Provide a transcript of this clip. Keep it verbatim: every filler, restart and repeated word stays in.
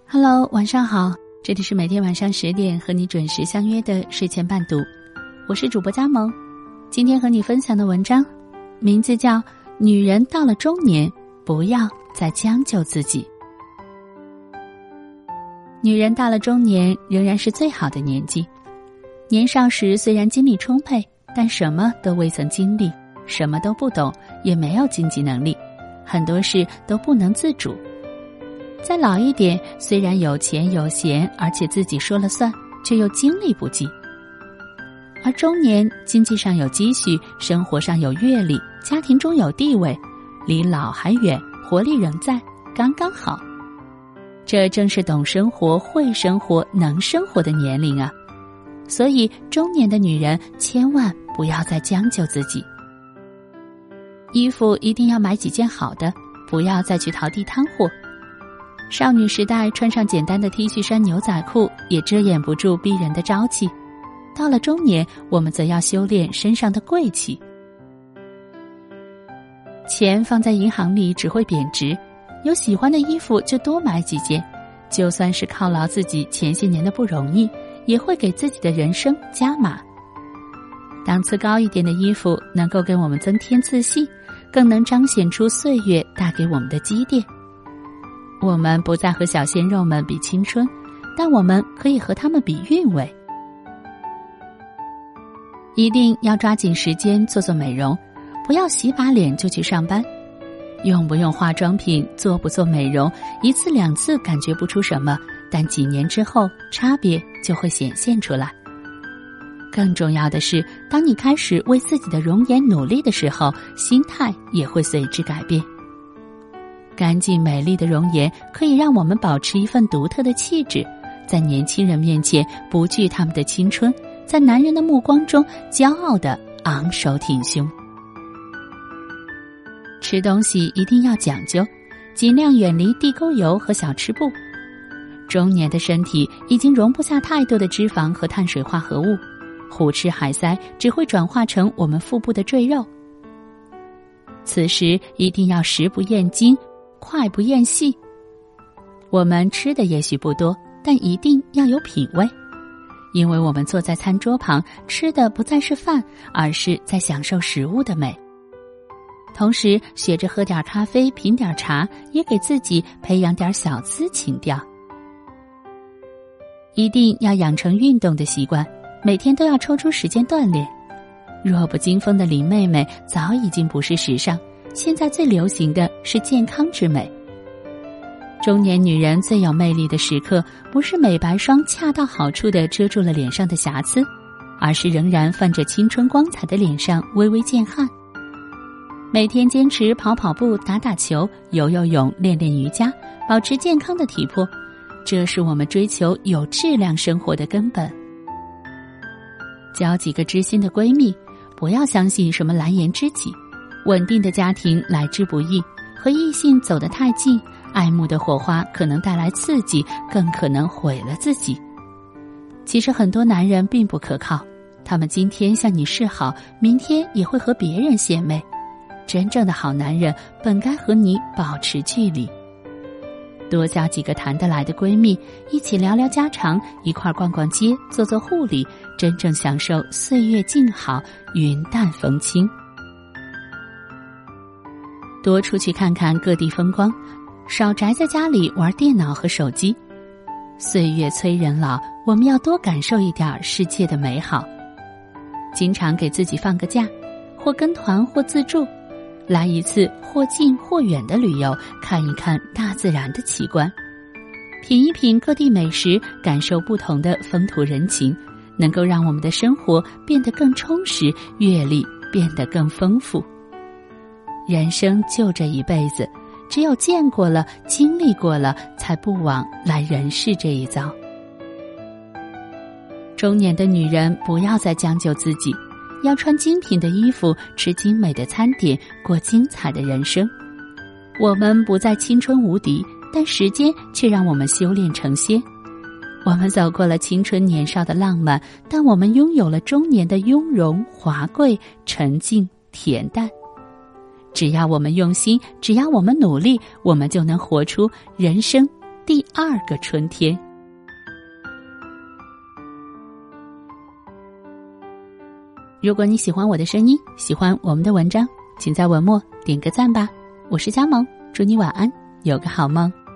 Hello， 晚上好，这里是每天晚上十点和你准时相约的睡前伴读，我是主播佳萌。今天和你分享的文章名字叫《女人到了中年，不要再将就自己》。女人到了中年仍然是最好的年纪，年少时虽然精力充沛，但什么都未曾经历，什么都不懂，也没有经济能力，很多事都不能自主。再老一点，虽然有钱有闲，而且自己说了算，却又精力不济。而中年，经济上有积蓄，生活上有阅历，家庭中有地位，离老还远，活力仍在，刚刚好。这正是懂生活、会生活、能生活的年龄啊！所以中年的女人千万不要再将就自己。衣服一定要买几件好的，不要再去淘地摊货。少女时代穿上简单的 T 恤衫牛仔裤也遮掩不住逼人的朝气，到了中年，我们则要修炼身上的贵气。钱放在银行里只会贬值，有喜欢的衣服就多买几件，就算是犒劳自己前些年的不容易，也会给自己的人生加码。档次高一点的衣服能够给我们增添自信，更能彰显出岁月带给我们的积淀。我们不再和小鲜肉们比青春，但我们可以和他们比韵味。一定要抓紧时间做做美容，不要洗把脸就去上班。用不用化妆品，做不做美容，一次两次感觉不出什么，但几年之后差别就会显现出来。更重要的是，当你开始为自己的容颜努力的时候，心态也会随之改变。干净美丽的容颜可以让我们保持一份独特的气质，在年轻人面前不惧他们的青春，在男人的目光中骄傲地昂首挺胸。吃东西一定要讲究，尽量远离地沟油和小吃部。中年的身体已经容不下太多的脂肪和碳水化合物，胡吃海塞只会转化成我们腹部的赘肉。此时一定要食不厌精，快不厌细。我们吃的也许不多，但一定要有品味，因为我们坐在餐桌旁，吃的不再是饭，而是在享受食物的美。同时学着喝点咖啡，品点茶，也给自己培养点小资情调。一定要养成运动的习惯，每天都要抽出时间锻炼。弱不禁风的林妹妹早已经不是时尚，现在最流行的是健康之美。中年女人最有魅力的时刻，不是美白霜恰到好处地遮住了脸上的瑕疵，而是仍然泛着青春光彩的脸上微微见汗。每天坚持跑跑步、打打球、游游泳、练练瑜伽，保持健康的体魄，这是我们追求有质量生活的根本。交几个知心的闺蜜，不要相信什么蓝颜知己。稳定的家庭来之不易，和异性走得太近，爱慕的火花可能带来刺激，更可能毁了自己。其实很多男人并不可靠，他们今天向你示好，明天也会和别人献媚。真正的好男人本该和你保持距离。多交几个谈得来的闺蜜，一起聊聊家常，一块逛逛街，做做护理，真正享受岁月静好，云淡风轻。多出去看看各地风光，少宅在家里玩电脑和手机。岁月催人老，我们要多感受一点世界的美好。经常给自己放个假，或跟团或自助，来一次或近或远的旅游，看一看大自然的奇观，品一品各地美食，感受不同的风土人情，能够让我们的生活变得更充实，阅历变得更丰富。人生就这一辈子，只有见过了，经历过了，才不枉来人世这一遭。中年的女人不要再将就自己，要穿精品的衣服，吃精美的餐点，过精彩的人生。我们不再青春无敌，但时间却让我们修炼成仙。我们走过了青春年少的浪漫，但我们拥有了中年的雍容华贵、沉静恬淡。只要我们用心，只要我们努力，我们就能活出人生第二个春天。如果你喜欢我的声音，喜欢我们的文章，请在文末点个赞吧。我是佳萌，祝你晚安，有个好梦。